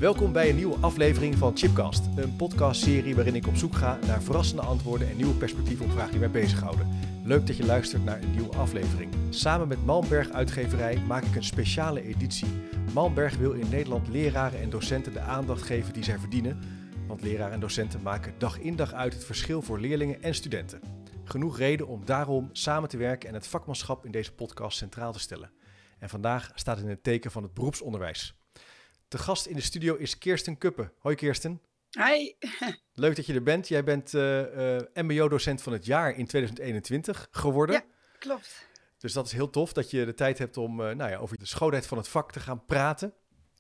Welkom bij een nieuwe aflevering van Chipcast, een podcastserie waarin ik op zoek ga naar verrassende antwoorden en nieuwe perspectieven op vragen die mij bezighouden. Leuk dat je luistert naar een nieuwe aflevering. Samen met Malmberg Uitgeverij maak ik een speciale editie. Malmberg wil in Nederland leraren en docenten de aandacht geven die zij verdienen, want leraren en docenten maken dag in dag uit het verschil voor leerlingen en studenten. Genoeg reden om daarom samen te werken en het vakmanschap in deze podcast centraal te stellen. En vandaag staat het in het teken van het beroepsonderwijs. De gast in de studio is Kirsten Kuppen. Hoi Kirsten. Hi. Leuk dat je er bent. Jij bent mbo-docent van het jaar in 2021 geworden. Ja, klopt. Dus dat is heel tof dat je de tijd hebt om over de schoonheid van het vak te gaan praten.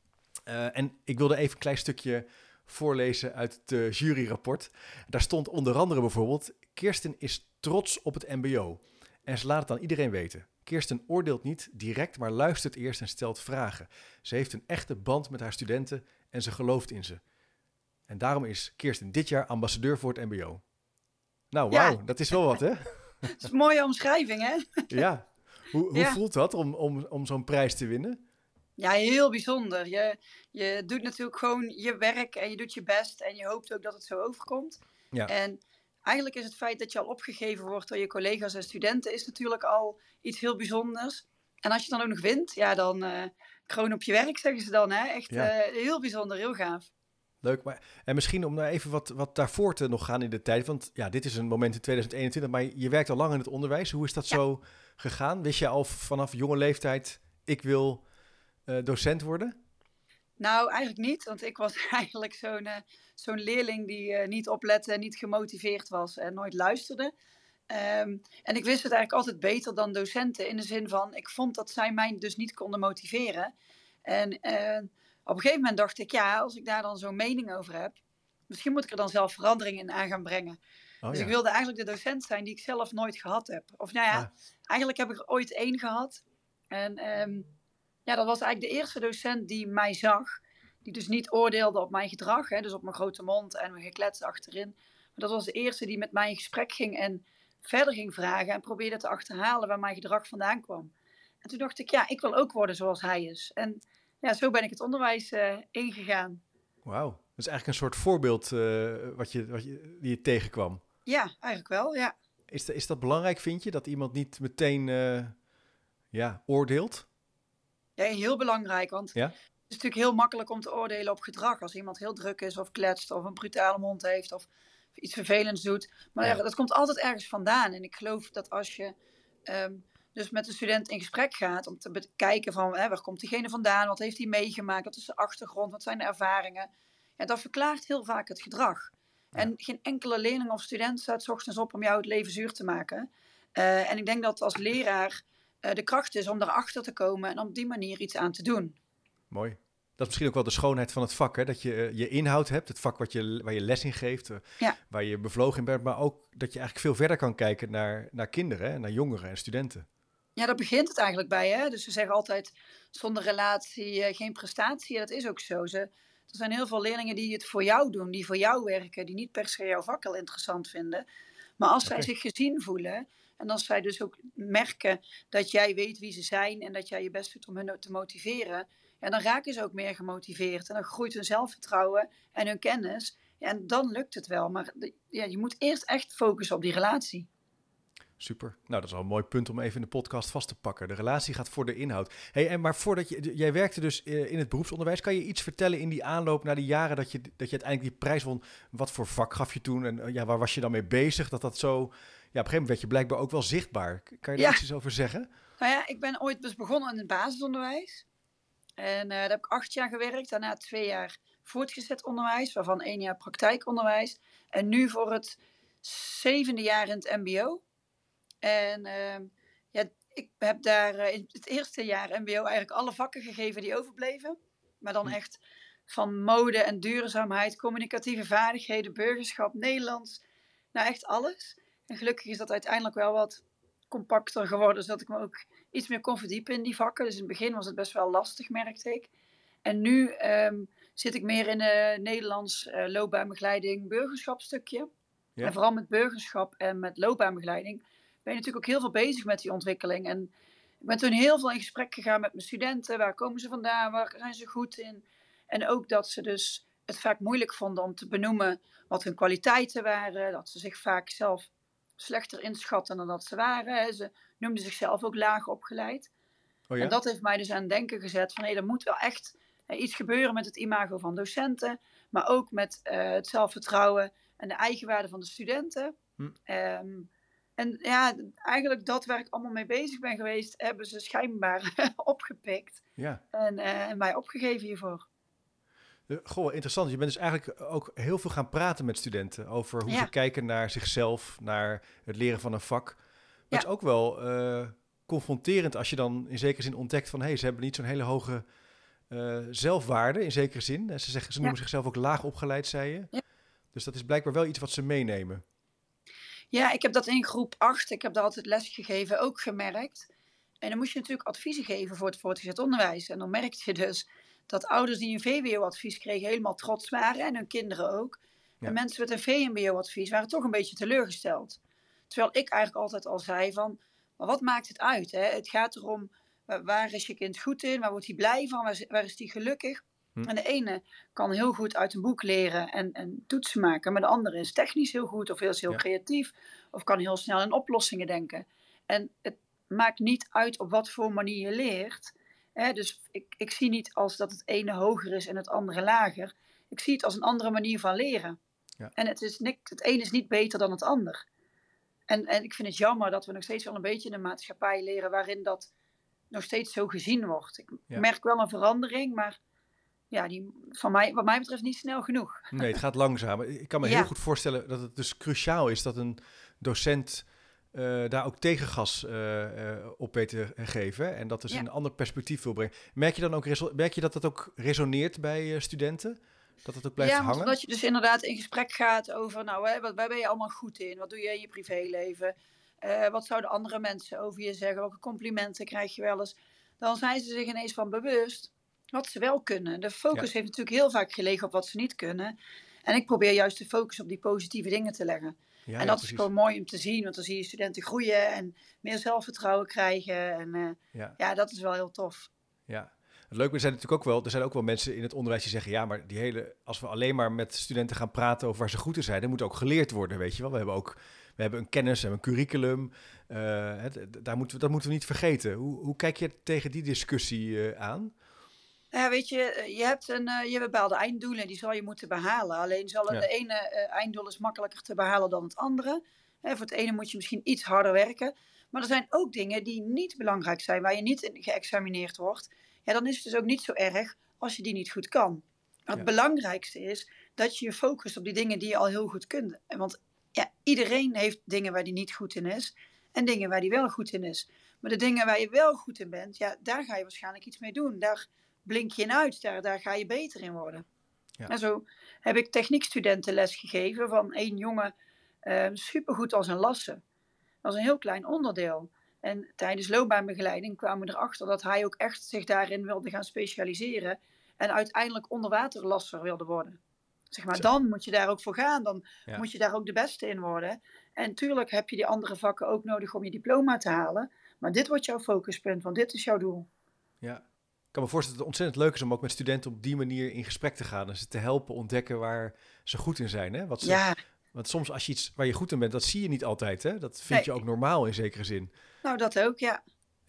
En ik wilde even een klein stukje voorlezen uit het juryrapport. Daar stond onder andere bijvoorbeeld: Kirsten is trots op het mbo. En ze laat het aan iedereen weten. Kirsten oordeelt niet direct, maar luistert eerst en stelt vragen. Ze heeft een echte band met haar studenten en ze gelooft in ze. En daarom is Kirsten dit jaar ambassadeur voor het mbo. Nou, wauw, ja. Dat is wel wat, hè? Dat is een mooie omschrijving, hè? Ja. Hoe voelt dat om zo'n prijs te winnen? Ja, heel bijzonder. Je doet natuurlijk gewoon je werk en je doet je best en je hoopt ook dat het zo overkomt. Ja. En eigenlijk is het feit dat je al opgegeven wordt door je collega's en studenten is natuurlijk al iets heel bijzonders. En als je dan ook nog wint, ja, dan kroon op je werk, zeggen ze dan. Hè? Echt heel bijzonder, heel gaaf. Leuk, en misschien om nou even wat daarvoor te nog gaan in de tijd. Want ja, dit is een moment in 2021, maar je werkt al lang in het onderwijs. Hoe is dat zo gegaan? Wist je al vanaf jonge leeftijd, ik wil docent worden? Nou, eigenlijk niet, want ik was eigenlijk zo'n leerling die niet oplette, niet gemotiveerd was en nooit luisterde. En ik wist het eigenlijk altijd beter dan docenten in de zin van, ik vond dat zij mij dus niet konden motiveren. En op een gegeven moment dacht ik, ja, als ik daar dan zo'n mening over heb, misschien moet ik er dan zelf verandering in aan gaan brengen. Dus ik wilde eigenlijk de docent zijn die ik zelf nooit gehad heb. Of eigenlijk heb ik er ooit 1 gehad. En dat was eigenlijk de eerste docent die mij zag. Die dus niet oordeelde op mijn gedrag. Hè, dus op mijn grote mond en mijn geklets achterin. Maar dat was de eerste die met mij in gesprek ging en verder ging vragen. En probeerde te achterhalen waar mijn gedrag vandaan kwam. En toen dacht ik, ja, ik wil ook worden zoals hij is. En ja, zo ben ik het onderwijs ingegaan. Wauw, dat is eigenlijk een soort voorbeeld die je tegenkwam. Ja, eigenlijk wel, ja. Is dat belangrijk, vind je? Dat iemand niet meteen oordeelt? Ja, heel belangrijk, want het is natuurlijk heel makkelijk om te oordelen op gedrag. Als iemand heel druk is of kletst of een brutale mond heeft of iets vervelends doet. Maar dat komt altijd ergens vandaan. En ik geloof dat als je dus met de student in gesprek gaat om te bekijken van waar komt diegene vandaan, wat heeft hij meegemaakt, wat is de achtergrond, wat zijn de ervaringen. En dat verklaart heel vaak het gedrag. Ja. En geen enkele leerling of student staat 's ochtends op om jou het leven zuur te maken. En ik denk dat als leraar de kracht is om daarachter te komen en op die manier iets aan te doen. Mooi. Dat is misschien ook wel de schoonheid van het vak, hè? Dat je je inhoud hebt, het vak waar je les in geeft, waar je bevlogen in bent, maar ook dat je eigenlijk veel verder kan kijken naar kinderen, hè? Naar jongeren en studenten. Ja, daar begint het eigenlijk bij, hè? Dus we zeggen altijd, zonder relatie geen prestatie. Dat is ook zo. Er zijn heel veel leerlingen die het voor jou doen, die voor jou werken, die niet per se jouw vak al interessant vinden. Maar als zij zich gezien voelen en als zij dus ook merken dat jij weet wie ze zijn en dat jij je best doet om hen te motiveren, dan raken ze ook meer gemotiveerd en dan groeit hun zelfvertrouwen en hun kennis. Ja, en dan lukt het wel. Maar je moet eerst echt focussen op die relatie. Super. Nou, dat is wel een mooi punt om even in de podcast vast te pakken. De relatie gaat voor de inhoud. Hey, maar voordat jij werkte dus in het beroepsonderwijs. Kan je iets vertellen in die aanloop naar die jaren dat je uiteindelijk die prijs won? Wat voor vak gaf je toen en waar was je dan mee bezig? Dat zo... Ja, op een gegeven moment werd je blijkbaar ook wel zichtbaar. Kan je daar iets over zeggen? Nou ja, ik ben ooit dus begonnen in het basisonderwijs. En daar heb ik 8 jaar gewerkt. Daarna 2 jaar voortgezet onderwijs, waarvan 1 jaar praktijkonderwijs. En nu voor het 7e jaar in het mbo. En ik heb daar in het eerste jaar mbo eigenlijk alle vakken gegeven die overbleven. Maar dan echt van mode en duurzaamheid, communicatieve vaardigheden, burgerschap, Nederlands. Nou, echt alles. En gelukkig is dat uiteindelijk wel wat compacter geworden, zodat ik me ook iets meer kon verdiepen in die vakken. Dus in het begin was het best wel lastig, merkte ik. En nu zit ik meer in de Nederlands loopbaanbegeleiding burgerschapstukje. Ja. En vooral met burgerschap en met loopbaanbegeleiding ben je natuurlijk ook heel veel bezig met die ontwikkeling. En ik ben toen heel veel in gesprek gegaan met mijn studenten. Waar komen ze vandaan? Waar zijn ze goed in? En ook dat ze dus het vaak moeilijk vonden om te benoemen wat hun kwaliteiten waren. Dat ze zich vaak zelf slechter inschatten dan dat ze waren. Ze noemden zichzelf ook laag opgeleid. Oh ja? En dat heeft mij dus aan het denken gezet van er moet wel echt iets gebeuren met het imago van docenten. Maar ook met het zelfvertrouwen en de eigenwaarde van de studenten. En ja, eigenlijk dat waar ik allemaal mee bezig ben geweest, hebben ze schijnbaar opgepikt. Ja. En mij opgegeven hiervoor. Goh, interessant. Je bent dus eigenlijk ook heel veel gaan praten met studenten over hoe ze kijken naar zichzelf, naar het leren van een vak. Maar het is ook wel confronterend als je dan in zekere zin ontdekt van ze hebben niet zo'n hele hoge zelfwaarde in zekere zin. Ze noemen zichzelf ook laag opgeleid, zei je. Ja. Dus dat is blijkbaar wel iets wat ze meenemen. Ja, ik heb dat in groep 8, ik heb daar altijd les gegeven, ook gemerkt. En dan moest je natuurlijk adviezen geven voor het voortgezet onderwijs. En dan merkte je dus dat ouders die een VWO-advies kregen helemaal trots waren. En hun kinderen ook. Ja. En mensen met een VMBO-advies waren toch een beetje teleurgesteld. Terwijl ik eigenlijk altijd al zei van, maar wat maakt het uit? Hè? Het gaat erom, waar is je kind goed in? Waar wordt hij blij van? Waar is hij gelukkig? En de ene kan heel goed uit een boek leren en toetsen maken. Maar de andere is technisch heel goed of is heel creatief. Of kan heel snel in oplossingen denken. En het maakt niet uit op wat voor manier je leert. Dus ik zie niet als dat het ene hoger is en het andere lager. Ik zie het als een andere manier van leren. Ja. En het ene is niet beter dan het ander. En ik vind het jammer dat we nog steeds wel een beetje in een maatschappij leren waarin dat nog steeds zo gezien wordt. Ik merk wel een verandering, maar ja, die wat mij betreft niet snel genoeg. Nee, het gaat langzaam. Ik kan me heel goed voorstellen dat het dus cruciaal is dat een docent daar ook tegengas op weet te geven. En dat dus een ander perspectief wil brengen. Merk je dat ook resoneert bij studenten? Dat het ook blijft hangen? Ja, dat je dus inderdaad in gesprek gaat over, waar ben je allemaal goed in? Wat doe je in je privéleven? Wat zouden andere mensen over je zeggen? Welke complimenten krijg je wel eens? Dan zijn ze zich ineens van bewust wat ze wel kunnen. De focus heeft natuurlijk heel vaak gelegen op wat ze niet kunnen. En ik probeer juist de focus op die positieve dingen te leggen. Ja, en dat is gewoon mooi om te zien, want dan zie je studenten groeien en meer zelfvertrouwen krijgen. En dat is wel heel tof. Ja. Het leuke er zijn ook wel mensen in het onderwijs die zeggen, ja, maar als we alleen maar met studenten gaan praten over waar ze goed in zijn, dan moet ook geleerd worden, weet je wel. We hebben een kennis en een curriculum. Dat moeten we niet vergeten. Hoe kijk je tegen die discussie aan? Ja, weet je, je hebt bepaalde einddoelen, die zal je moeten behalen. Alleen de ene einddoel is makkelijker te behalen dan het andere. Voor het ene moet je misschien iets harder werken. Maar er zijn ook dingen die niet belangrijk zijn, waar je niet in geëxamineerd wordt. Ja, dan is het dus ook niet zo erg als je die niet goed kan. Maar het belangrijkste is dat je je focust op die dingen die je al heel goed kunt. Want iedereen heeft dingen waar die niet goed in is en dingen waar die wel goed in is. Maar de dingen waar je wel goed in bent, daar ga je waarschijnlijk iets mee doen. Daar blink je in uit, daar ga je beter in worden. Ja. En zo heb ik techniekstudenten les gegeven van één jongen, supergoed als een lassen. Dat was een heel klein onderdeel. En tijdens loopbaanbegeleiding kwamen we erachter dat hij ook echt zich daarin wilde gaan specialiseren. En uiteindelijk onderwaterlasser wilde worden. Zeg maar, dan moet je daar ook voor gaan. Dan moet je daar ook de beste in worden. En tuurlijk heb je die andere vakken ook nodig om je diploma te halen. Maar dit wordt jouw focuspunt, want dit is jouw doel. Ja, ik kan me voorstellen dat het ontzettend leuk is om ook met studenten op die manier in gesprek te gaan. En ze te helpen ontdekken waar ze goed in zijn. Hè? Want soms als je iets waar je goed in bent, dat zie je niet altijd. Hè? Dat vind je ook normaal in zekere zin. Nou, dat ook, ja.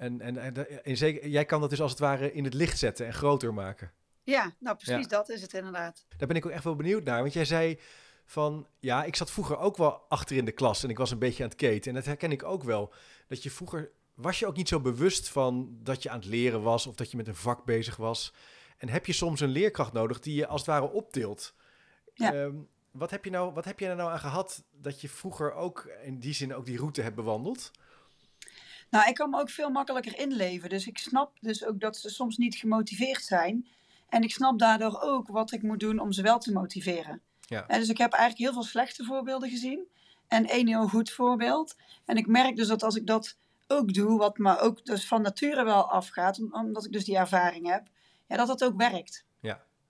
Jij kan dat dus als het ware in het licht zetten en groter maken. Ja, nou precies, dat is het inderdaad. Daar ben ik ook echt wel benieuwd naar. Want jij zei van, ik zat vroeger ook wel achter in de klas en ik was een beetje aan het keten. En dat herken ik ook wel. Dat je vroeger, was je ook niet zo bewust van dat je aan het leren was of dat je met een vak bezig was. En heb je soms een leerkracht nodig die je als het ware optilt. Ja. Wat heb je er nou aan gehad dat je vroeger ook in die zin ook die route hebt bewandeld? Nou, ik kan me ook veel makkelijker inleven. Dus ik snap dus ook dat ze soms niet gemotiveerd zijn. En ik snap daardoor ook wat ik moet doen om ze wel te motiveren. Ja. Dus ik heb eigenlijk heel veel slechte voorbeelden gezien. En één heel goed voorbeeld. En ik merk dus dat als ik dat ook doe, wat me ook dus van nature wel afgaat, omdat ik dus die ervaring heb, dat ook werkt. Ja.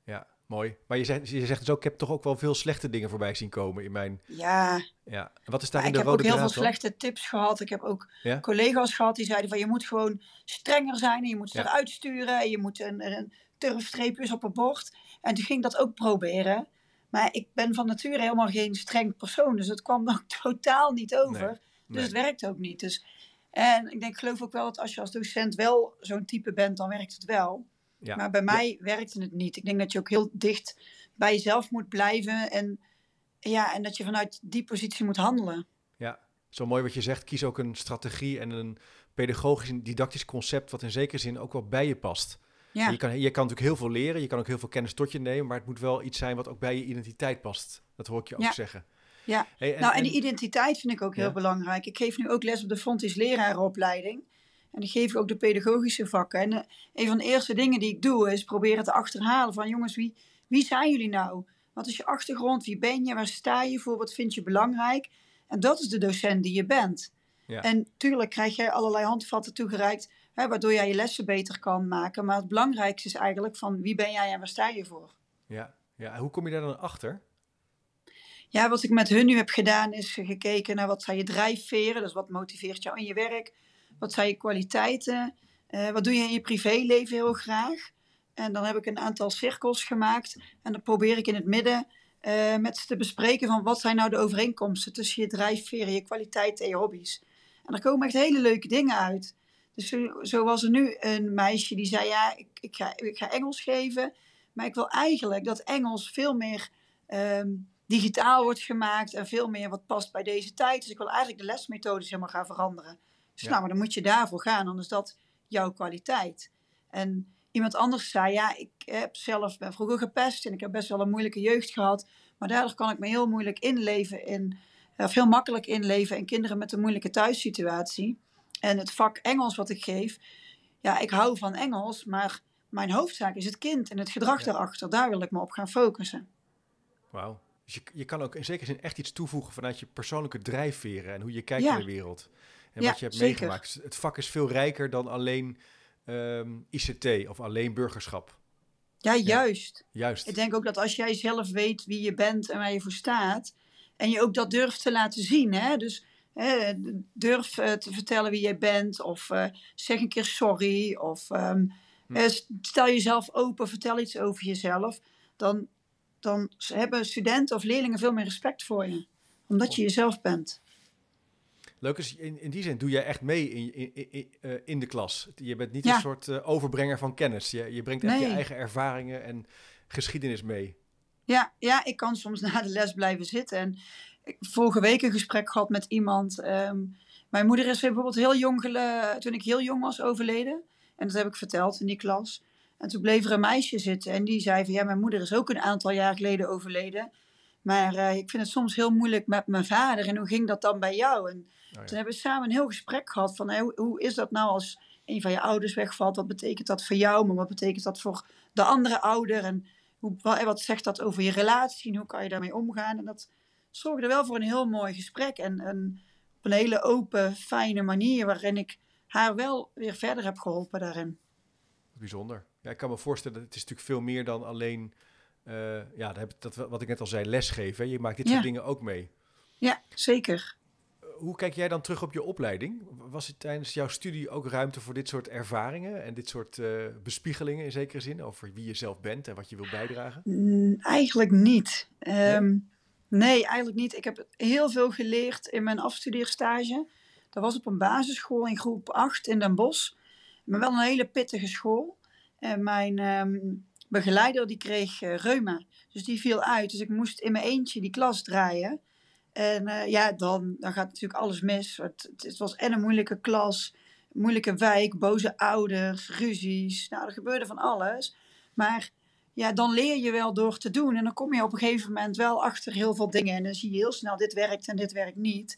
Mooi. Maar je zegt dus ook, ik heb toch ook wel veel slechte dingen voorbij zien komen in mijn... Ja, Ja. En wat is maar daarin ik de heb ook rode heel veel draad dan? slechte tips gehad. Ik heb ook Ja? collega's gehad die zeiden van je moet gewoon strenger zijn en je moet ze Ja. eruit sturen en je moet een turfstreepjes op een bord. En toen ging ik dat ook proberen. Maar ik ben van nature helemaal geen streng persoon, dus het kwam ook totaal niet over. Nee. Dus het werkt ook niet. En ik geloof ook wel dat als je als docent wel zo'n type bent, dan werkt het wel. Ja. Maar bij mij werkte het niet. Ik denk dat je ook heel dicht bij jezelf moet blijven en dat je vanuit die positie moet handelen. Ja, zo mooi wat je zegt. Kies ook een strategie en een pedagogisch en didactisch concept wat in zekere zin ook wel bij je past. Ja. Je kan natuurlijk heel veel leren, je kan ook heel veel kennis tot je nemen, maar het moet wel iets zijn wat ook bij je identiteit past. Dat hoor ik je ook zeggen. Ja, Hey, en die identiteit vind ik ook heel belangrijk. Ik geef nu ook les op de Fontys lerarenopleiding. En dan geef ik ook de pedagogische vakken. En een van de eerste dingen die ik doe is proberen te achterhalen van jongens, wie zijn jullie nou? Wat is je achtergrond? Wie ben je? Waar sta je voor? Wat vind je belangrijk? En dat is de docent die je bent. Ja. En tuurlijk krijg je allerlei handvatten toegereikt, waardoor jij je lessen beter kan maken. Maar het belangrijkste is eigenlijk van wie ben jij en waar sta je voor? Ja. Hoe kom je daar dan achter? Ja, wat ik met hun nu heb gedaan is gekeken naar wat zijn je drijfveren. Dus wat motiveert jou in je werk? Wat zijn je kwaliteiten? Wat doe je in je privéleven heel graag? En dan heb ik een aantal cirkels gemaakt. En dan probeer ik in het midden met ze te bespreken van wat zijn nou de overeenkomsten tussen je drijfveren, je kwaliteiten en je hobby's. En er komen echt hele leuke dingen uit. Dus zo was er nu een meisje die zei, ja, ik ga Engels geven. Maar ik wil eigenlijk dat Engels veel meer digitaal wordt gemaakt en veel meer wat past bij deze tijd. Dus ik wil eigenlijk de lesmethodes helemaal gaan veranderen. Dus nou, maar dan moet je daarvoor gaan, dan is dat jouw kwaliteit. En iemand anders zei, ja, ik ben vroeger gepest en ik heb best wel een moeilijke jeugd gehad. Maar daardoor kan ik me heel moeilijk inleven of heel makkelijk inleven in kinderen met een moeilijke thuissituatie. En het vak Engels wat ik geef, ja, ik hou van Engels, maar mijn hoofdzaak is het kind en het gedrag daarachter. Daar wil ik me op gaan focussen. Wauw. Dus je kan ook in zekere zin echt iets toevoegen vanuit je persoonlijke drijfveren en hoe je kijkt naar de wereld. En wat je hebt meegemaakt. Het vak is veel rijker dan alleen ICT of alleen burgerschap. Ja, juist. Juist. Ik denk ook dat als jij zelf weet wie je bent en waar je voor staat, en je ook dat durft te laten zien, hè? Dus durf te vertellen wie je bent, of zeg een keer sorry, of stel jezelf open, vertel iets over jezelf, dan hebben studenten of leerlingen veel meer respect voor je, omdat je jezelf bent. Leuk is, in die zin doe jij echt mee in de klas. Je bent niet een soort overbrenger van kennis. Je brengt echt je eigen ervaringen en geschiedenis mee. Ja, ik kan soms na de les blijven zitten. En vorige week een gesprek gehad met iemand. Mijn moeder is bijvoorbeeld heel jong, toen ik heel jong was, overleden. En dat heb ik verteld in die klas. En toen bleef er een meisje zitten en die zei van, ja, mijn moeder is ook een aantal jaar geleden overleden. Maar ik vind het soms heel moeilijk met mijn vader. En hoe ging dat dan bij jou? En toen hebben we samen een heel gesprek gehad van, hoe is dat nou als een van je ouders wegvalt? Wat betekent dat voor jou? Maar wat betekent dat voor de andere ouder? En wat zegt dat over je relatie? En hoe kan je daarmee omgaan? En dat zorgde wel voor een heel mooi gesprek. En op een hele open, fijne manier waarin ik haar wel weer verder heb geholpen daarin. Bijzonder. Ja, ik kan me voorstellen, het is natuurlijk veel meer dan alleen, wat ik net al zei, lesgeven. Je maakt dit soort dingen ook mee. Ja, zeker. Hoe kijk jij dan terug op je opleiding? Was het tijdens jouw studie ook ruimte voor dit soort ervaringen en dit soort bespiegelingen in zekere zin over wie je zelf bent en wat je wilt bijdragen? Eigenlijk niet. Nee, eigenlijk niet. Ik heb heel veel geleerd in mijn afstudeerstage. Dat was op een basisschool in groep 8 in Den Bosch. Maar wel een hele pittige school. En mijn begeleider die kreeg reuma. Dus die viel uit. Dus ik moest in mijn eentje die klas draaien. En dan gaat natuurlijk alles mis. Het was en een moeilijke klas, een moeilijke wijk, boze ouders, ruzies. Nou, er gebeurde van alles. Maar ja, dan leer je wel door te doen. En dan kom je op een gegeven moment wel achter heel veel dingen. En dan zie je heel snel, dit werkt en dit werkt niet.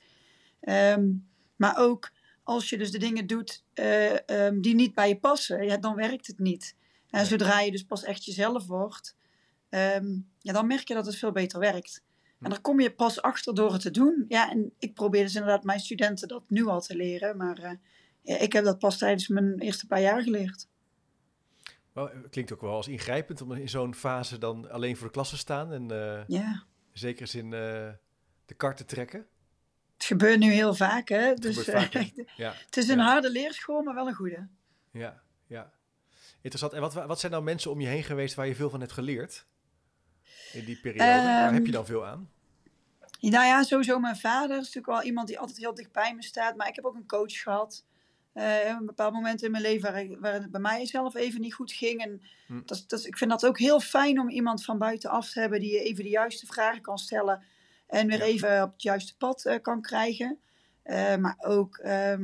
Maar ook als je dus de dingen doet die niet bij je passen, dan werkt het niet. En zodra je dus pas echt jezelf wordt, dan merk je dat het veel beter werkt. En daar kom je pas achter door het te doen. Ja, en ik probeer dus inderdaad mijn studenten dat nu al te leren. Maar ik heb dat pas tijdens mijn eerste paar jaar geleerd. Wel, klinkt ook wel als ingrijpend om in zo'n fase dan alleen voor de klas te staan. En Ja, zeker zin de kar te trekken. het gebeurt nu heel vaak, hè? Het Dus gebeurt vaak, hè? Ja, het is een harde leerschool, maar wel een goede. ja. Interessant. En wat zijn nou mensen om je heen geweest waar je veel van hebt geleerd in die periode? Waar heb je Um, dan veel aan? nou ja, sowieso mijn vader is natuurlijk wel iemand die altijd heel dicht bij me staat. Maar ik heb ook een coach gehad. Een bepaald moment in mijn leven waar het bij mij zelf even niet goed ging. En ik vind dat ook heel fijn om iemand van buitenaf te hebben die je even de juiste vragen kan stellen. En weer even op het juiste pad kan krijgen. Maar ook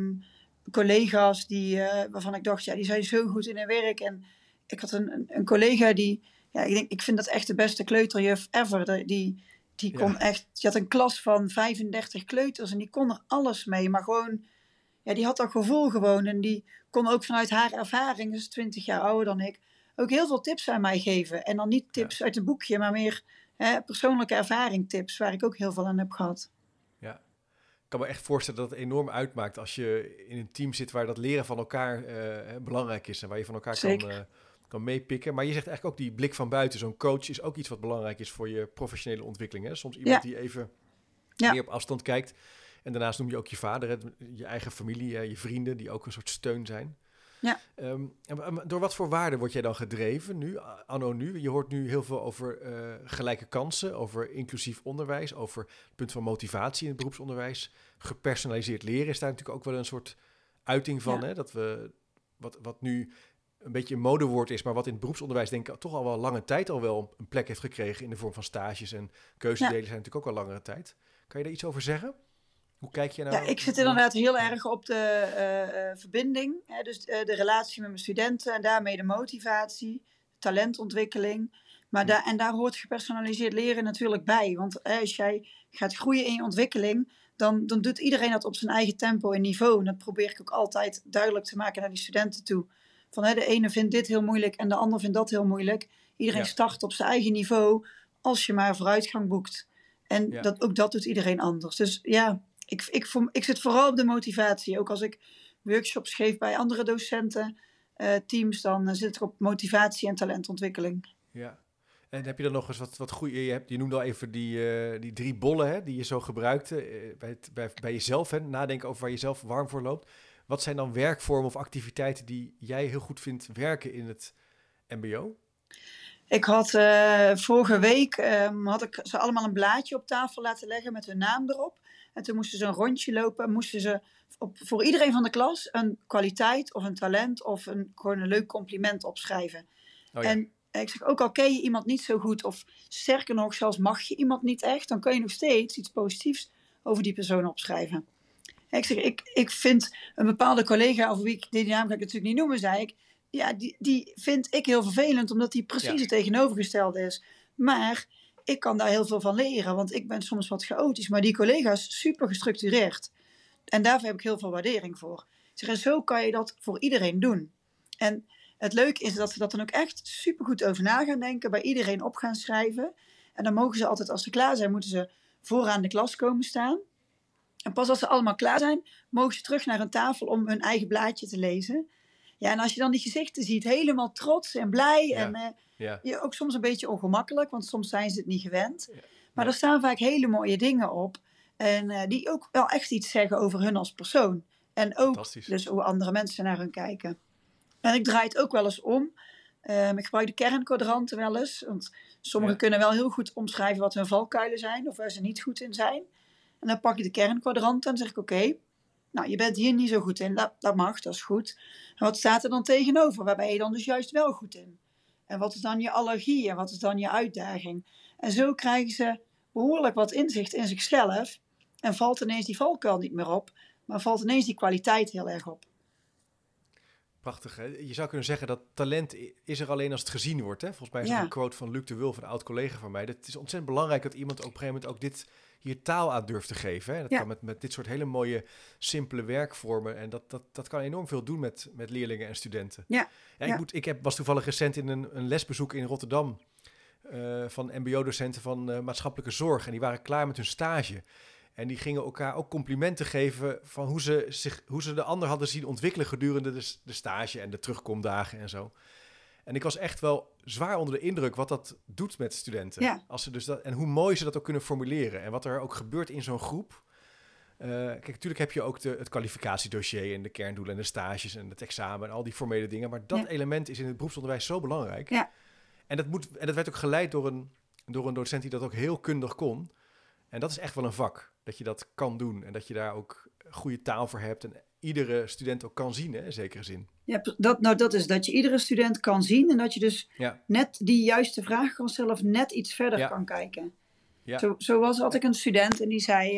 collega's waarvan ik dacht, ja, die zijn zo goed in hun werk. En ik had een collega die, ja, ik vind dat echt de beste kleuterjuf ever. Die kon echt, die had een klas van 35 kleuters en die kon er alles mee. Maar gewoon, ja, die had dat gevoel gewoon. En die kon ook vanuit haar ervaring, dus 20 jaar ouder dan ik, ook heel veel tips aan mij geven. En dan niet tips uit een boekje, maar meer persoonlijke ervaring tips, waar ik ook heel veel aan heb gehad. Ja, ik kan me echt voorstellen dat het enorm uitmaakt als je in een team zit waar dat leren van elkaar belangrijk is en waar je van elkaar kan meepikken. Maar je zegt eigenlijk ook die blik van buiten. Zo'n coach is ook iets wat belangrijk is voor je professionele ontwikkeling. Hè? Soms iemand die even meer op afstand kijkt. En daarnaast noem je ook je vader, je eigen familie, je vrienden, die ook een soort steun zijn. Ja. Door wat voor waarden word jij dan gedreven nu, anno nu? Je hoort nu heel veel over gelijke kansen, over inclusief onderwijs, over het punt van motivatie in het beroepsonderwijs. Gepersonaliseerd leren is daar natuurlijk ook wel een soort uiting van. Hè? Dat we, wat nu een beetje een modewoord is, maar wat in het beroepsonderwijs denk ik toch al wel lange tijd al wel een plek heeft gekregen in de vorm van stages en keuzedelen zijn natuurlijk ook al langere tijd. Kan je daar iets over zeggen? Hoe kijk je nou? Ja, ik zit inderdaad heel erg op de verbinding. Hè, dus de relatie met mijn studenten en daarmee de motivatie, talentontwikkeling. Maar daar hoort gepersonaliseerd leren natuurlijk bij. Want als jij gaat groeien in je ontwikkeling, dan doet iedereen dat op zijn eigen tempo en niveau. En dat probeer ik ook altijd duidelijk te maken naar die studenten toe. Van de ene vindt dit heel moeilijk en de ander vindt dat heel moeilijk. Iedereen start op zijn eigen niveau als je maar vooruitgang boekt. En ook dat doet iedereen anders. Dus ja, ik zit vooral op de motivatie. Ook als ik workshops geef bij andere docenten, teams, dan zit ik op motivatie en talentontwikkeling. Ja. En heb je dan nog eens wat goede... Je noemde al even die 3 bollen, hè, die je zo gebruikte bij jezelf. Hè, nadenken over waar je zelf warm voor loopt. Wat zijn dan werkvormen of activiteiten die jij heel goed vindt werken in het mbo? Ik had vorige week had ik ze allemaal een blaadje op tafel laten leggen met hun naam erop. En toen moesten ze een rondje lopen en moesten ze voor iedereen van de klas een kwaliteit of een talent of gewoon een leuk compliment opschrijven. Oh ja. En ik zeg, ook al ken je iemand niet zo goed of sterker nog, zelfs mag je iemand niet echt, dan kun je nog steeds iets positiefs over die persoon opschrijven. En ik zeg, ik vind een bepaalde collega, over wie ik die naam ga ik natuurlijk niet noemen, zei ik, ja, die vind ik heel vervelend, omdat die precies het tegenovergestelde is. Maar ik kan daar heel veel van leren, want ik ben soms wat chaotisch. Maar die collega is super gestructureerd. En daarvoor heb ik heel veel waardering voor. Ik zeg, en zo kan je dat voor iedereen doen. En het leuke is dat ze dat dan ook echt super goed over na gaan denken, bij iedereen op gaan schrijven. En dan mogen ze altijd, als ze klaar zijn, moeten ze vooraan de klas komen staan. En pas als ze allemaal klaar zijn, mogen ze terug naar een tafel om hun eigen blaadje te lezen. Ja, en als je dan die gezichten ziet, helemaal trots en blij. Ja. En ook soms een beetje ongemakkelijk, want soms zijn ze het niet gewend. Ja. Maar er staan vaak hele mooie dingen op. En die ook wel echt iets zeggen over hun als persoon. En ook dus hoe andere mensen naar hun kijken. En ik draai het ook wel eens om. Ik gebruik de kernkwadranten wel eens. Want sommigen kunnen wel heel goed omschrijven wat hun valkuilen zijn. Of waar ze niet goed in zijn. En dan pak ik de kernkwadranten en dan zeg ik oké. Nou, je bent hier niet zo goed in. Dat mag, dat is goed. En wat staat er dan tegenover? Waar ben je dan dus juist wel goed in? En wat is dan je allergie? En wat is dan je uitdaging? En zo krijgen ze behoorlijk wat inzicht in zichzelf. En valt ineens die valkuil niet meer op. Maar valt ineens die kwaliteit heel erg op. Prachtig, hè? Je zou kunnen zeggen dat talent is er alleen als het gezien wordt. Hè? Volgens mij is dat een quote van Luc de Wulf, een oud collega van mij. Het is ontzettend belangrijk dat iemand op een gegeven moment ook dit hier taal aan durft te geven. Hè? Dat kan met dit soort hele mooie, simpele werkvormen. En dat kan enorm veel doen met leerlingen en studenten. Ik was toevallig recent in een lesbezoek in Rotterdam van mbo-docenten van maatschappelijke zorg. En die waren klaar met hun stage. En die gingen elkaar ook complimenten geven van hoe ze de ander hadden zien ontwikkelen gedurende de stage en de terugkomdagen en zo. En ik was echt wel zwaar onder de indruk wat dat doet met studenten. Ja. Als ze dus en hoe mooi ze dat ook kunnen formuleren. En wat er ook gebeurt in zo'n groep. Kijk, natuurlijk heb je ook het kwalificatiedossier en de kerndoelen en de stages en het examen en al die formele dingen. Maar dat element is in het beroepsonderwijs zo belangrijk. Ja. En dat werd ook geleid door een docent die dat ook heel kundig kon. En dat is echt wel een vak, dat je dat kan doen. En dat je daar ook goede taal voor hebt en iedere student ook kan zien, hè, in zekere zin. Ja, dat is dat je iedere student kan zien en dat je dus net die juiste vraag kan stellen of net iets verder kan kijken. Ja. Zo had ik een student en die zei,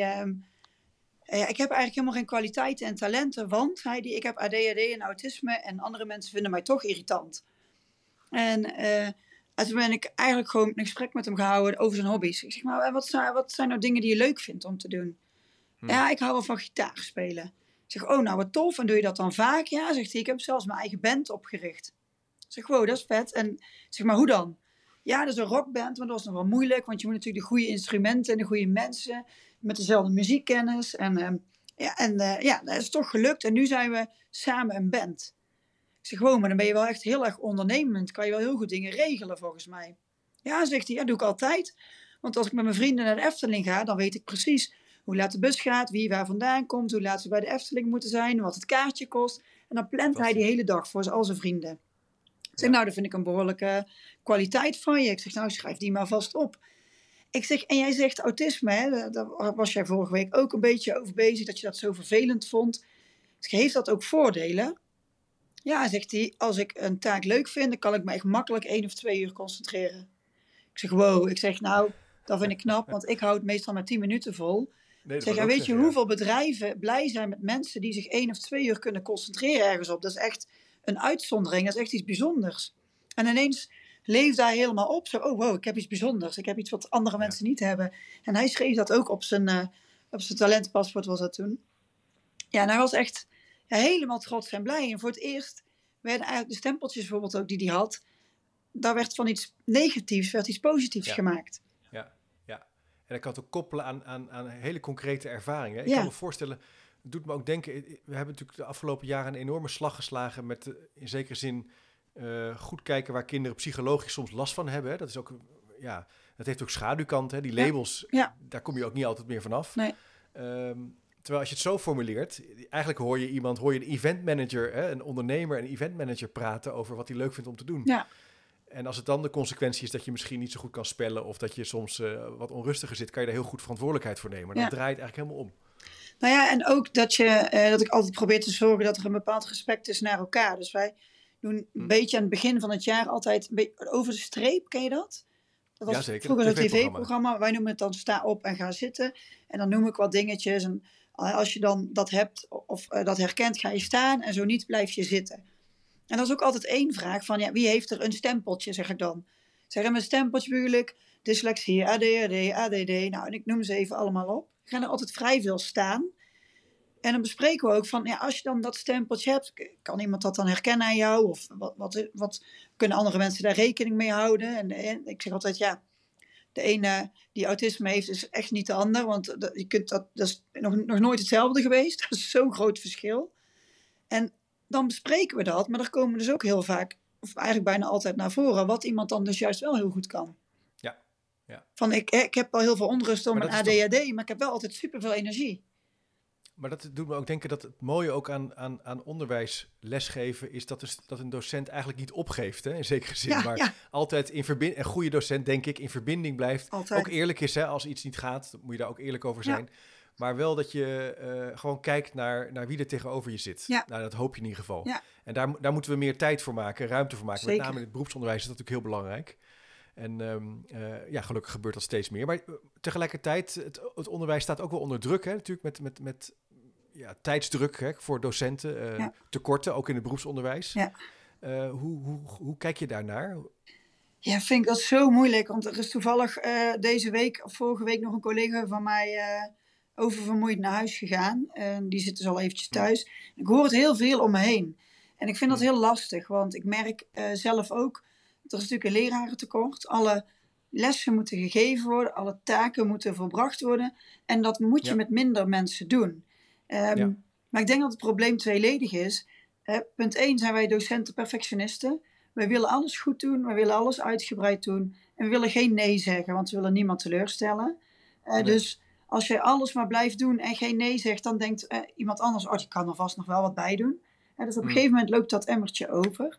ik heb eigenlijk helemaal geen kwaliteiten en talenten, want, zei die, ik heb ADHD en autisme en andere mensen vinden mij toch irritant. En toen ben ik eigenlijk gewoon een gesprek met hem gehouden over zijn hobby's. Ik zeg, maar wat zijn nou dingen die je leuk vindt om te doen? Ja, ik hou wel van gitaar spelen. Ik zeg, oh, nou wat tof. En doe je dat dan vaak? Ja, zegt hij, ik heb zelfs mijn eigen band opgericht. Ik zeg, wow, dat is vet. En zeg, maar hoe dan? Ja, dat is een rockband, maar dat was nog wel moeilijk. Want je moet natuurlijk de goede instrumenten en de goede mensen met dezelfde muziekkennis. En dat is toch gelukt. En nu zijn we samen een band. Ik zeg, wow, maar dan ben je wel echt heel erg ondernemend. Kan je wel heel goed dingen regelen, volgens mij. Ja, zegt hij, ja, doe ik altijd. Want als ik met mijn vrienden naar de Efteling ga, dan weet ik precies hoe laat de bus gaat, wie waar vandaan komt, hoe laat ze bij de Efteling moeten zijn, wat het kaartje kost. En dan plant hij die hele dag voor al zijn vrienden. Ik zeg, nou, dat vind ik een behoorlijke kwaliteit van je. Ik zeg, nou, schrijf die maar vast op. Ik zeg, en jij zegt autisme, hè? Daar was jij vorige week ook een beetje over bezig, dat je dat zo vervelend vond. Ik zeg, heeft dat ook voordelen? Ja, zegt hij, als ik een taak leuk vind, dan kan ik me echt makkelijk 1 of 2 uur concentreren. Ik zeg, wow. Ik zeg, nou, dat vind ik knap, want ik hou het meestal maar 10 minuten vol. Nee, zeg, en weet je hoeveel bedrijven blij zijn met mensen die zich 1 of 2 uur kunnen concentreren ergens op? Dat is echt een uitzondering, dat is echt iets bijzonders. En ineens leeft hij helemaal op, zo, oh wow, ik heb iets bijzonders. Ik heb iets wat andere mensen niet hebben. En hij schreef dat ook op zijn talentenpaspoort, was dat toen. Ja, en hij was echt helemaal trots en blij. En voor het eerst werden eigenlijk de stempeltjes bijvoorbeeld ook die hij had, daar werd van iets negatiefs, werd iets positiefs gemaakt. En ik kan het ook koppelen aan hele concrete ervaringen. Ik kan me voorstellen, het doet me ook denken, we hebben natuurlijk de afgelopen jaren een enorme slag geslagen met in zekere zin goed kijken waar kinderen psychologisch soms last van hebben. Hè. Dat is ook, dat heeft ook schaduwkanten. Hè. Die labels, daar kom je ook niet altijd meer vanaf. Nee. Terwijl als je het zo formuleert, eigenlijk hoor je een eventmanager, een ondernemer en een eventmanager praten over wat hij leuk vindt om te doen. Ja. En als het dan de consequentie is dat je misschien niet zo goed kan spellen of dat je soms wat onrustiger zit, kan je daar heel goed verantwoordelijkheid voor nemen. Dan draait het eigenlijk helemaal om. Nou ja, en ook dat ik altijd probeer te zorgen dat er een bepaald respect is naar elkaar. Dus wij doen een beetje aan het begin van het jaar altijd over de streep, ken je dat? Dat was vroeger een tv-programma. Wij noemen het dan sta op en ga zitten. En dan noem ik wat dingetjes. En als je dan dat hebt of dat herkent, ga je staan. En zo niet, blijf je zitten. En dat is ook altijd 1 vraag van, wie heeft er een stempeltje, zeg ik dan. Zeg hem een stempeltje bedoel ik, dyslexie, ADHD, ADD. Nou, en ik noem ze even allemaal op. Ik ga er altijd vrij veel staan. En dan bespreken we ook van, als je dan dat stempeltje hebt, kan iemand dat dan herkennen aan jou? Of wat kunnen andere mensen daar rekening mee houden? En ik zeg altijd, de ene die autisme heeft is echt niet de ander. Want dat is nog nooit hetzelfde geweest. Dat is zo'n groot verschil. En dan bespreken we dat, maar er komen dus ook heel vaak, of eigenlijk bijna altijd naar voren, wat iemand dan dus juist wel heel goed kan. Ja. Van ik heb wel heel veel onrust om mijn ADHD, maar ik heb wel altijd superveel energie. Maar dat doet me ook denken dat het mooie ook aan onderwijs lesgeven is dat een docent eigenlijk niet opgeeft, hè, in zekere zin. Maar altijd een goede docent, denk ik, in verbinding blijft. Altijd. Ook eerlijk is, hè, als iets niet gaat, dan moet je daar ook eerlijk over zijn. Ja. Maar wel dat je gewoon kijkt naar wie er tegenover je zit. Ja. Nou, dat hoop je in ieder geval. Ja. En daar moeten we meer tijd voor maken, ruimte voor maken. Zeker. Met name in het beroepsonderwijs is dat natuurlijk heel belangrijk. En gelukkig gebeurt dat steeds meer. Maar tegelijkertijd, het onderwijs staat ook wel onder druk, hè, natuurlijk met tijdsdruk, hè, voor docenten. Tekorten, ook in het beroepsonderwijs. Ja. Hoe kijk je daarnaar? Ja, vind ik dat zo moeilijk. Want er is toevallig deze week of vorige week nog een collega van mij oververmoeid naar huis gegaan. Die zit dus al eventjes thuis. Ik hoor het heel veel om me heen. En ik vind dat heel lastig, want ik merk zelf ook, er is natuurlijk een lerarentekort. Alle lessen moeten gegeven worden, alle taken moeten volbracht worden. En dat moet je met minder mensen doen. Maar ik denk dat het probleem tweeledig is. Punt 1 zijn wij docenten perfectionisten. We willen alles goed doen, we willen alles uitgebreid doen. En we willen geen nee zeggen, want we willen niemand teleurstellen. Nee. Dus als je alles maar blijft doen en geen nee zegt, dan denkt iemand anders, oh, je kan er vast nog wel wat bij doen. Dus op een gegeven moment loopt dat emmertje over.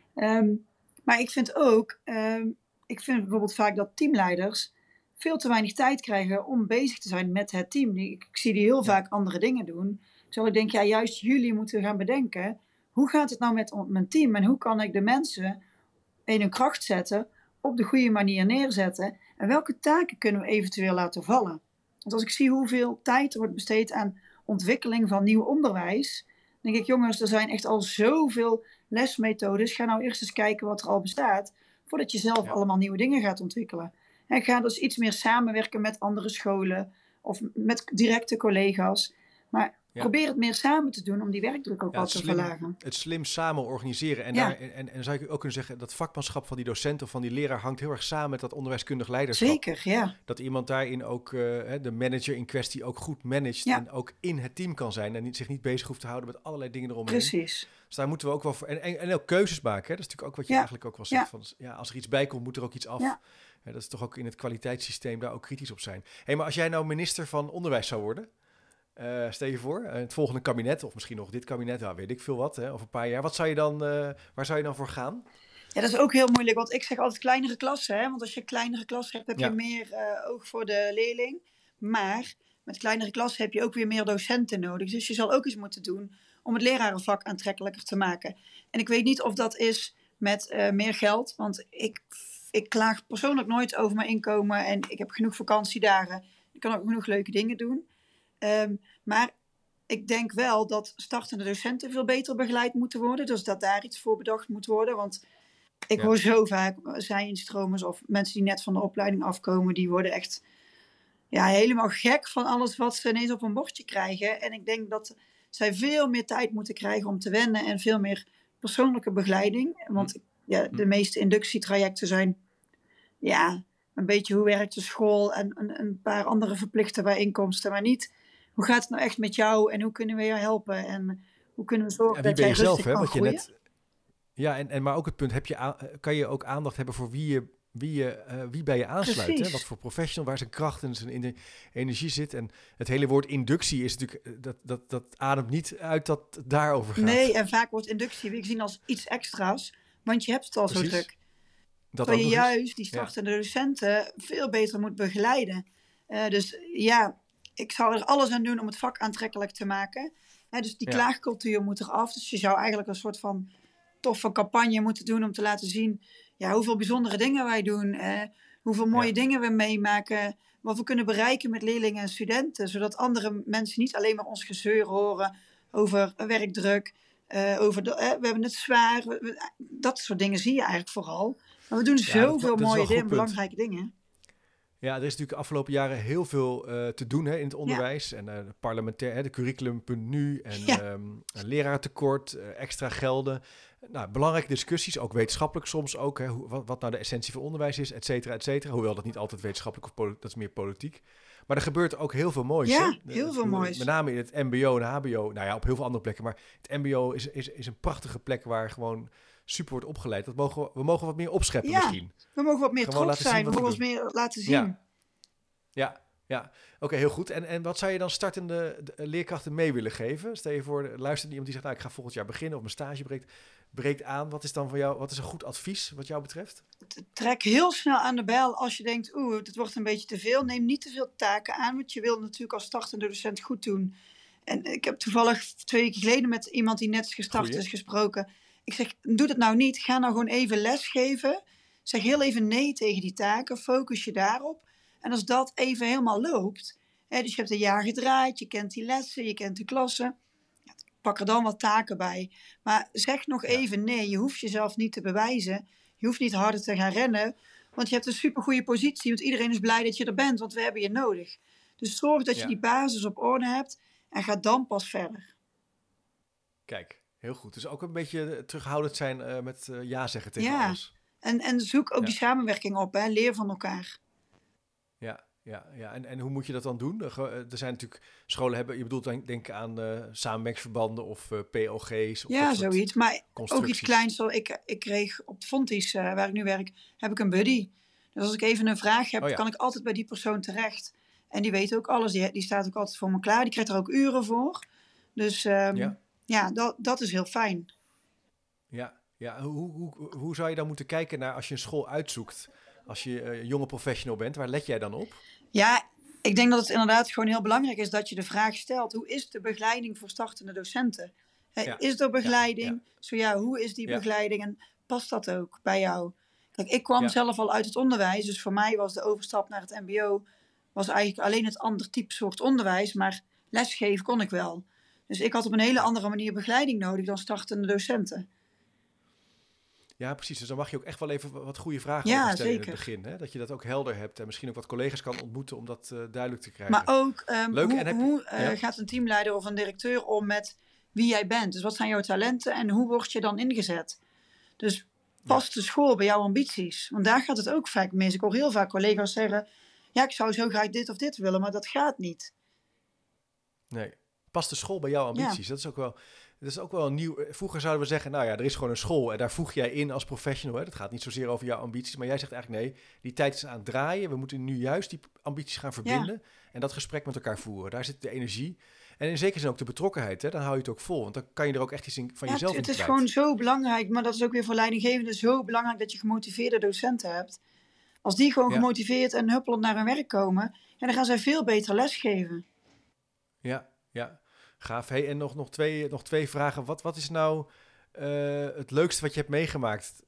Maar ik vind ook, ik vind bijvoorbeeld vaak dat teamleiders veel te weinig tijd krijgen om bezig te zijn met het team. Ik zie die heel vaak andere dingen doen. Terwijl ik denk, ja, juist jullie moeten gaan bedenken, hoe gaat het nou met mijn team? En hoe kan ik de mensen in hun kracht zetten, op de goede manier neerzetten? En welke taken kunnen we eventueel laten vallen? Want als ik zie hoeveel tijd er wordt besteed aan ontwikkeling van nieuw onderwijs, denk ik, jongens, er zijn echt al zoveel lesmethodes. Ga nou eerst eens kijken wat er al bestaat, voordat je zelf allemaal nieuwe dingen gaat ontwikkelen. En ga dus iets meer samenwerken met andere scholen of met directe collega's. Maar probeer het meer samen te doen om die werkdruk ook wat te verlagen. Het slim samen organiseren. En zou je ook kunnen zeggen, dat vakmanschap van die docent of van die leraar hangt heel erg samen met dat onderwijskundig leiderschap. Zeker, ja. Dat iemand daarin ook, de manager in kwestie ook goed managt en ook in het team kan zijn. En zich niet bezig hoeft te houden met allerlei dingen eromheen. Precies. Dus daar moeten we ook wel voor. En ook keuzes maken. Hè? Dat is natuurlijk ook wat je eigenlijk ook wel zegt. Van, als er iets bij komt, moet er ook iets af. Ja. Dat is toch ook in het kwaliteitssysteem daar ook kritisch op zijn. Maar als jij nou minister van Onderwijs zou worden, stel je voor, het volgende kabinet, of misschien nog dit kabinet, weet ik veel wat, over een paar jaar. Wat zou je dan, waar zou je dan voor gaan? Ja, dat is ook heel moeilijk, want ik zeg altijd kleinere klassen. Hè? Want als je kleinere klassen hebt, heb je meer oog voor de leerling. Maar met kleinere klassen heb je ook weer meer docenten nodig. Dus je zal ook iets moeten doen om het lerarenvak aantrekkelijker te maken. En ik weet niet of dat is met meer geld, want ik klaag persoonlijk nooit over mijn inkomen en ik heb genoeg vakantiedagen. Ik kan ook genoeg leuke dingen doen. Maar ik denk wel dat startende docenten veel beter begeleid moeten worden. Dus dat daar iets voor bedacht moet worden. Want ik hoor zo vaak zij-instromers of mensen die net van de opleiding afkomen, die worden echt helemaal gek van alles wat ze ineens op een bordje krijgen. En ik denk dat zij veel meer tijd moeten krijgen om te wennen en veel meer persoonlijke begeleiding. Want de meeste inductietrajecten zijn een beetje hoe werkt de school en een paar andere verplichte bijeenkomsten, maar niet hoe gaat het nou echt met jou en hoe kunnen we je helpen en hoe kunnen we zorgen dat jij rustig kan groeien. Maar ook het punt, kan je ook aandacht hebben voor wie bij je aansluit. Hè? Wat voor professional, waar zijn kracht en zijn energie zit. En het hele woord inductie is natuurlijk, dat ademt niet uit dat het daarover gaat. Nee, en vaak wordt inductie weer gezien als iets extra's, want je hebt het al zo druk. Dat je juist die startende docenten veel beter moet begeleiden. Dus ik zou er alles aan doen om het vak aantrekkelijk te maken. Dus die klaagcultuur moet eraf. Dus je zou eigenlijk een soort van toffe campagne moeten doen om te laten zien hoeveel bijzondere dingen wij doen. Hoeveel mooie dingen we meemaken. Wat we kunnen bereiken met leerlingen en studenten. Zodat andere mensen niet alleen maar ons gezeur horen over werkdruk. We hebben het zwaar. Dat soort dingen zie je eigenlijk vooral. Maar we doen zoveel mooie dingen, belangrijke dingen. Ja, er is natuurlijk de afgelopen jaren heel veel te doen in het onderwijs. Ja. En parlementair, de curriculum.nu en leraartekort, extra gelden. Nou, belangrijke discussies, ook wetenschappelijk soms ook. Hè, wat nou de essentie van onderwijs is, et cetera, et cetera. Hoewel dat niet altijd wetenschappelijk of dat is meer politiek. Maar er gebeurt ook heel veel moois. Ja, heel veel moois. Met name in het mbo en hbo. Nou ja, op heel veel andere plekken. Maar het mbo is een prachtige plek waar gewoon super wordt opgeleid. We mogen wat meer opscheppen misschien. We mogen wat meer trots zijn. We mogen ons meer laten zien. Ja. Oké, heel goed. En wat zou je dan startende leerkrachten mee willen geven? Stel je voor, luistert iemand die zegt, nou, ik ga volgend jaar beginnen of mijn stage breekt aan. Wat is dan voor jou, wat is een goed advies wat jou betreft? Trek heel snel aan de bel als je denkt, het wordt een beetje te veel. Neem niet te veel taken aan, want je wil natuurlijk als startende docent goed doen. En ik heb toevallig 2 weken geleden met iemand die net gestart is gesproken. Ik zeg, doe dat nou niet. Ga nou gewoon even lesgeven. Zeg heel even nee tegen die taken. Focus je daarop. En als dat even helemaal loopt, dus je hebt een jaar gedraaid, je kent die lessen, je kent de klassen, pak er dan wat taken bij. Maar zeg nog even nee, je hoeft jezelf niet te bewijzen. Je hoeft niet harder te gaan rennen, want je hebt een supergoeie positie, want iedereen is blij dat je er bent, want we hebben je nodig. Dus zorg dat je die basis op orde hebt en ga dan pas verder. Kijk, heel goed. Dus ook een beetje terughoudend zijn met ja zeggen tegen alles. En zoek ook die samenwerking op, leer van elkaar. Ja. En hoe moet je dat dan doen? Er zijn natuurlijk scholen hebben, je bedoelt denk aan samenwerkingsverbanden of PLG's of dat Ja, soort zoiets. Maar ook iets constructies. kleins. Ik kreeg op Fontys, waar ik nu werk, heb ik een buddy. Dus als ik even een vraag heb, Oh ja, kan ik altijd bij die persoon terecht. En die weet ook alles. Die staat ook altijd voor me klaar. Die krijgt er ook uren voor. Dus ja, ja, dat is heel fijn. ja. Hoe zou je dan moeten kijken naar als je een school uitzoekt? Als je een jonge professional bent, waar let jij dan op? Ja, ik denk dat het inderdaad gewoon heel belangrijk is dat je de vraag stelt: hoe is de begeleiding voor startende docenten? Ja, Is er ja, begeleiding? Zo ja, hoe is die ja, begeleiding en past dat ook bij jou? Kijk, ik kwam ja. zelf al uit het onderwijs, dus voor mij was de overstap naar het MBO was eigenlijk alleen het ander type soort onderwijs, maar lesgeven kon ik wel. Dus ik had op een hele Ja. andere manier begeleiding nodig dan startende docenten. Ja, precies. Dus dan mag je ook echt wel even wat goede vragen over Ja, stellen in het zeker. begin. Hè? Dat je dat ook helder hebt en misschien ook wat collega's kan ontmoeten om dat duidelijk te Maar krijgen. ook Leuk. En heb je... hoe Ja? gaat een teamleider of een directeur om met wie jij bent? Dus wat zijn jouw talenten en hoe word je dan ingezet? Dus Ja, past de school bij jouw ambities? Want daar gaat het ook vaak mis. Ik hoor heel vaak collega's zeggen: ja, ik zou zo graag dit of dit willen, maar dat gaat niet. nee. Past de school bij jouw Ja, ambities? Dat is ook wel een nieuw... Vroeger zouden we zeggen, nou ja, er is gewoon een school en daar voeg jij in als professional. Hè? Dat gaat niet zozeer over jouw ambities, maar jij zegt eigenlijk nee, die tijd is aan het draaien. We moeten nu juist die ambities gaan ja. verbinden en dat gesprek met elkaar voeren. Daar zit de energie en in zekere zin ook de betrokkenheid. Hè? Dan hou je het ook vol, want dan kan je er ook echt iets van Ja, jezelf in het is gewoon kwijt. zo belangrijk, maar dat is ook weer voor leidinggevenden zo belangrijk dat je gemotiveerde docenten hebt. Als die gewoon Ja, gemotiveerd en huppelend naar hun werk komen, ja, dan gaan zij veel beter lesgeven. ja. Gaaf. Hey, en nog twee vragen. Wat is nou het leukste wat je hebt meegemaakt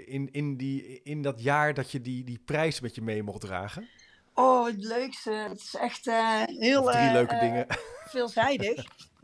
in dat jaar dat je die prijs met je mee mocht dragen? Oh, het leukste. Het is echt Of heel drie leuke dingen? veelzijdig.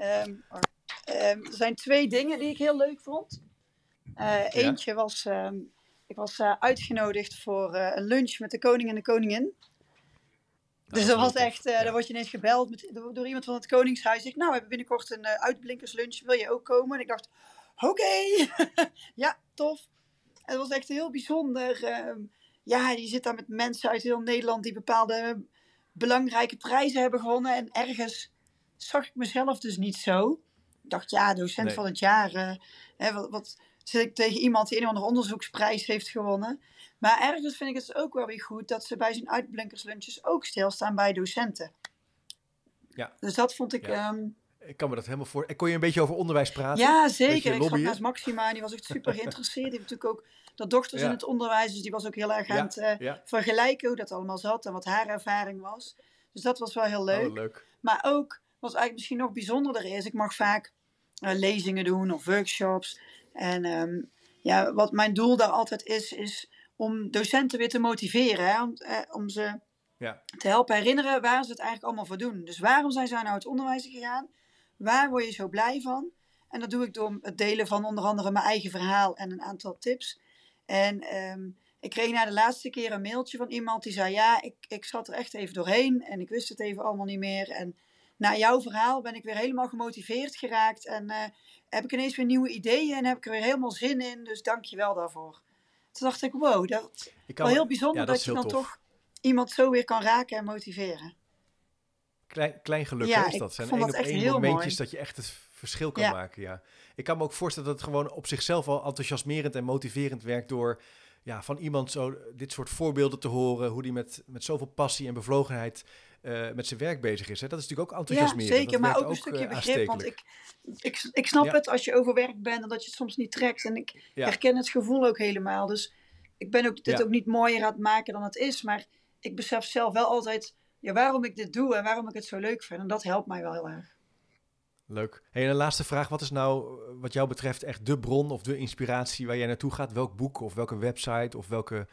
Er zijn twee dingen die ik heel leuk vond. Ja, Eentje was, ik was uitgenodigd voor een lunch met de koning en de koningin. nou, Dus dat is dat heel was tof. echt, daar Ja, word je ineens gebeld door iemand van het Koningshuis. Zegt, nou, we hebben binnenkort een uitblinkerslunch. Wil je ook komen? En ik dacht, oké, ja, tof. En het was echt heel bijzonder. Ja, je zit daar met mensen uit heel Nederland die bepaalde belangrijke prijzen hebben gewonnen. En ergens zag ik mezelf dus niet zo. Ik dacht, ja, docent van nee. het jaar. Wat zit ik tegen iemand die een of andere onderzoeksprijs heeft gewonnen. Maar ergens vind ik het ook wel weer goed dat ze bij zijn uitblinkerslunches ook stilstaan bij docenten. Ja, Dus dat vond ik... ja. Ik kan me dat helemaal voor. En kon je een beetje over onderwijs praten? Ja, Beetje zeker. Ik zat naast lobbyen? Maxima en die was echt super geïnteresseerd. Die heeft natuurlijk ook de dochters in het Ja, onderwijs. Dus die was ook heel erg aan ja, het ja. vergelijken hoe dat allemaal zat en wat haar ervaring was. Dus dat was wel heel Oh, leuk. leuk. Maar ook, wat eigenlijk misschien nog bijzonderder is, ik mag vaak lezingen doen of workshops. En ja, wat mijn doel daar altijd is om docenten weer te motiveren. Hè? Om ze Ja, te helpen herinneren waar ze het eigenlijk allemaal voor doen. Dus waarom zijn zij nou het onderwijs gegaan? Waar word je zo blij van? En dat doe ik door het delen van onder andere mijn eigen verhaal en een aantal tips. En ik kreeg na de laatste keer een mailtje van iemand die zei: ja, ik zat er echt even doorheen en ik wist het even allemaal niet meer. En na jouw verhaal ben ik weer helemaal gemotiveerd geraakt en heb ik ineens weer nieuwe ideeën en heb ik er weer helemaal zin in. Dus dank je wel daarvoor. Toen dacht ik, wow, dat is ik wel kan heel me, ja, bijzonder dat dat is je heel dan tof. toch iemand zo weer kan raken en motiveren. Klein geluk, hè, Ja, is ik dat. Zijn vond één dat op echt één heel momentjes mooi. dat je echt het verschil kan Ja, maken, ja. Ik kan me ook voorstellen dat het gewoon op zichzelf al enthousiasmerend en motiverend werkt door ja, van iemand zo dit soort voorbeelden te horen, hoe die met zoveel passie en bevlogenheid met zijn werk bezig is. Hè. Dat is natuurlijk ook ja, enthousiasmerend. Dat zeker. Maar werkt ook een ook stukje begrip. Want aanstekelijk. ik snap Ja, het als je overwerkt bent en dat je het soms niet trekt. En ik ja, herken het gevoel ook helemaal. Dus ik ben ook, dit ook ja. niet mooier aan het maken dan het is. Maar ik besef zelf wel altijd ja, waarom ik dit doe en waarom ik het zo leuk vind. En dat helpt mij wel heel erg. Leuk. Hey, en een laatste vraag. Wat is nou wat jou betreft echt de bron of de inspiratie waar jij naartoe gaat? Welk boek of welke website of welke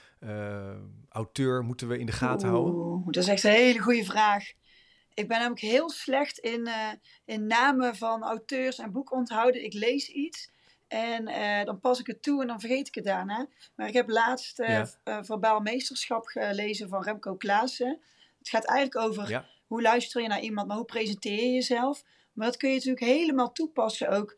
auteur moeten we in de gaten houden? Oeh, dat is echt een hele goede vraag. Ik ben namelijk heel slecht in namen van auteurs en boeken onthouden. Ik lees iets en dan pas ik het toe en dan vergeet ik het daarna. Maar ik heb laatst Ja, verbaal meesterschap gelezen van Remco Klaassen. Het gaat eigenlijk over ja, hoe luister je naar iemand, maar hoe presenteer je jezelf. Maar dat kun je natuurlijk helemaal toepassen ook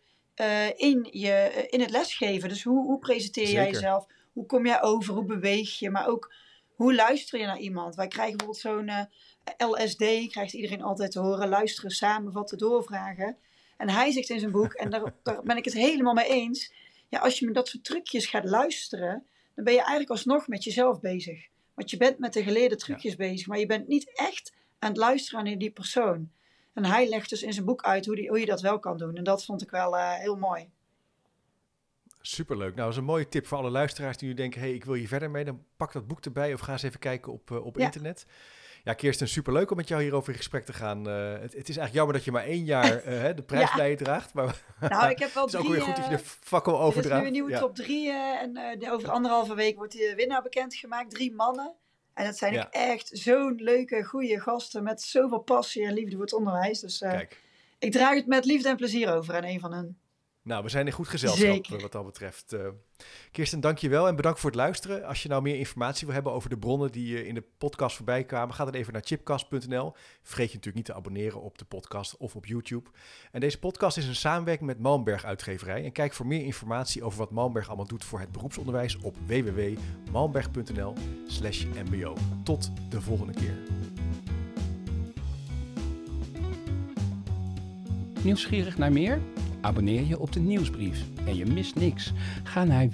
in het lesgeven. Dus hoe presenteer jij zeker. jezelf? Hoe kom jij over? Hoe beweeg je? Maar ook hoe luister je naar iemand? Wij krijgen bijvoorbeeld zo'n LSD, krijgt iedereen altijd te horen, luisteren, samenvatten, doorvragen. En hij zegt in zijn boek, en daar ben ik het helemaal mee eens, ja, als je met dat soort trucjes gaat luisteren, dan ben je eigenlijk alsnog met jezelf bezig. Want je bent met de geleerde trucjes bezig, maar je bent niet echt aan het luisteren naar die persoon. En hij legt dus in zijn boek uit hoe je dat wel kan doen. En dat vond ik wel heel mooi. Superleuk. Nou, dat is een mooie tip voor alle luisteraars die nu denken, hey, ik wil hier verder mee. Dan pak dat boek erbij of ga eens even kijken op internet. Ja, Kirsten, superleuk om met jou hierover in gesprek te gaan. Het is eigenlijk jammer dat je maar 1 jaar de prijs bij je draagt. Maar nou, ik heb wel 3... Het is ook weer goed dat je de fakkel overdraagt. Er is nu een nieuwe top 3 en over 1,5 week wordt de winnaar bekendgemaakt. 3 mannen. En dat zijn echt zo'n leuke, goede gasten met zoveel passie en liefde voor het onderwijs. Dus ik draag het met liefde en plezier over aan een van hen. Nou, we zijn in goed gezelschap wat dat betreft. Kirsten, dank je wel en bedankt voor het luisteren. Als je nou meer informatie wil hebben over de bronnen die in de podcast voorbij kwamen, ga dan even naar chipcast.nl. Vergeet je natuurlijk niet te abonneren op de podcast of op YouTube. En deze podcast is een samenwerking met Malmberg Uitgeverij. En kijk voor meer informatie over wat Malmberg allemaal doet voor het beroepsonderwijs op www.malmberg.nl/mbo. Tot de volgende keer. Nieuwsgierig naar meer? Abonneer je op de nieuwsbrief en je mist niks. Ga naar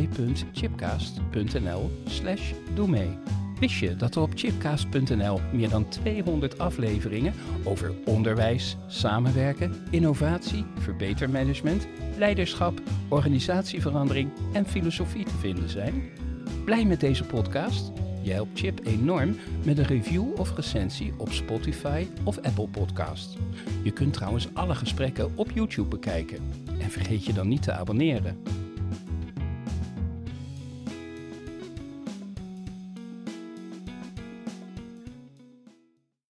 www.chipcast.nl/doe mee. Wist je dat er op chipcast.nl meer dan 200 afleveringen over onderwijs, samenwerken, innovatie, verbetermanagement, leiderschap, organisatieverandering en filosofie te vinden zijn? Blij met deze podcast? Je helpt Chip enorm met een review of recensie op Spotify of Apple Podcasts. Je kunt trouwens alle gesprekken op YouTube bekijken. En vergeet je dan niet te abonneren.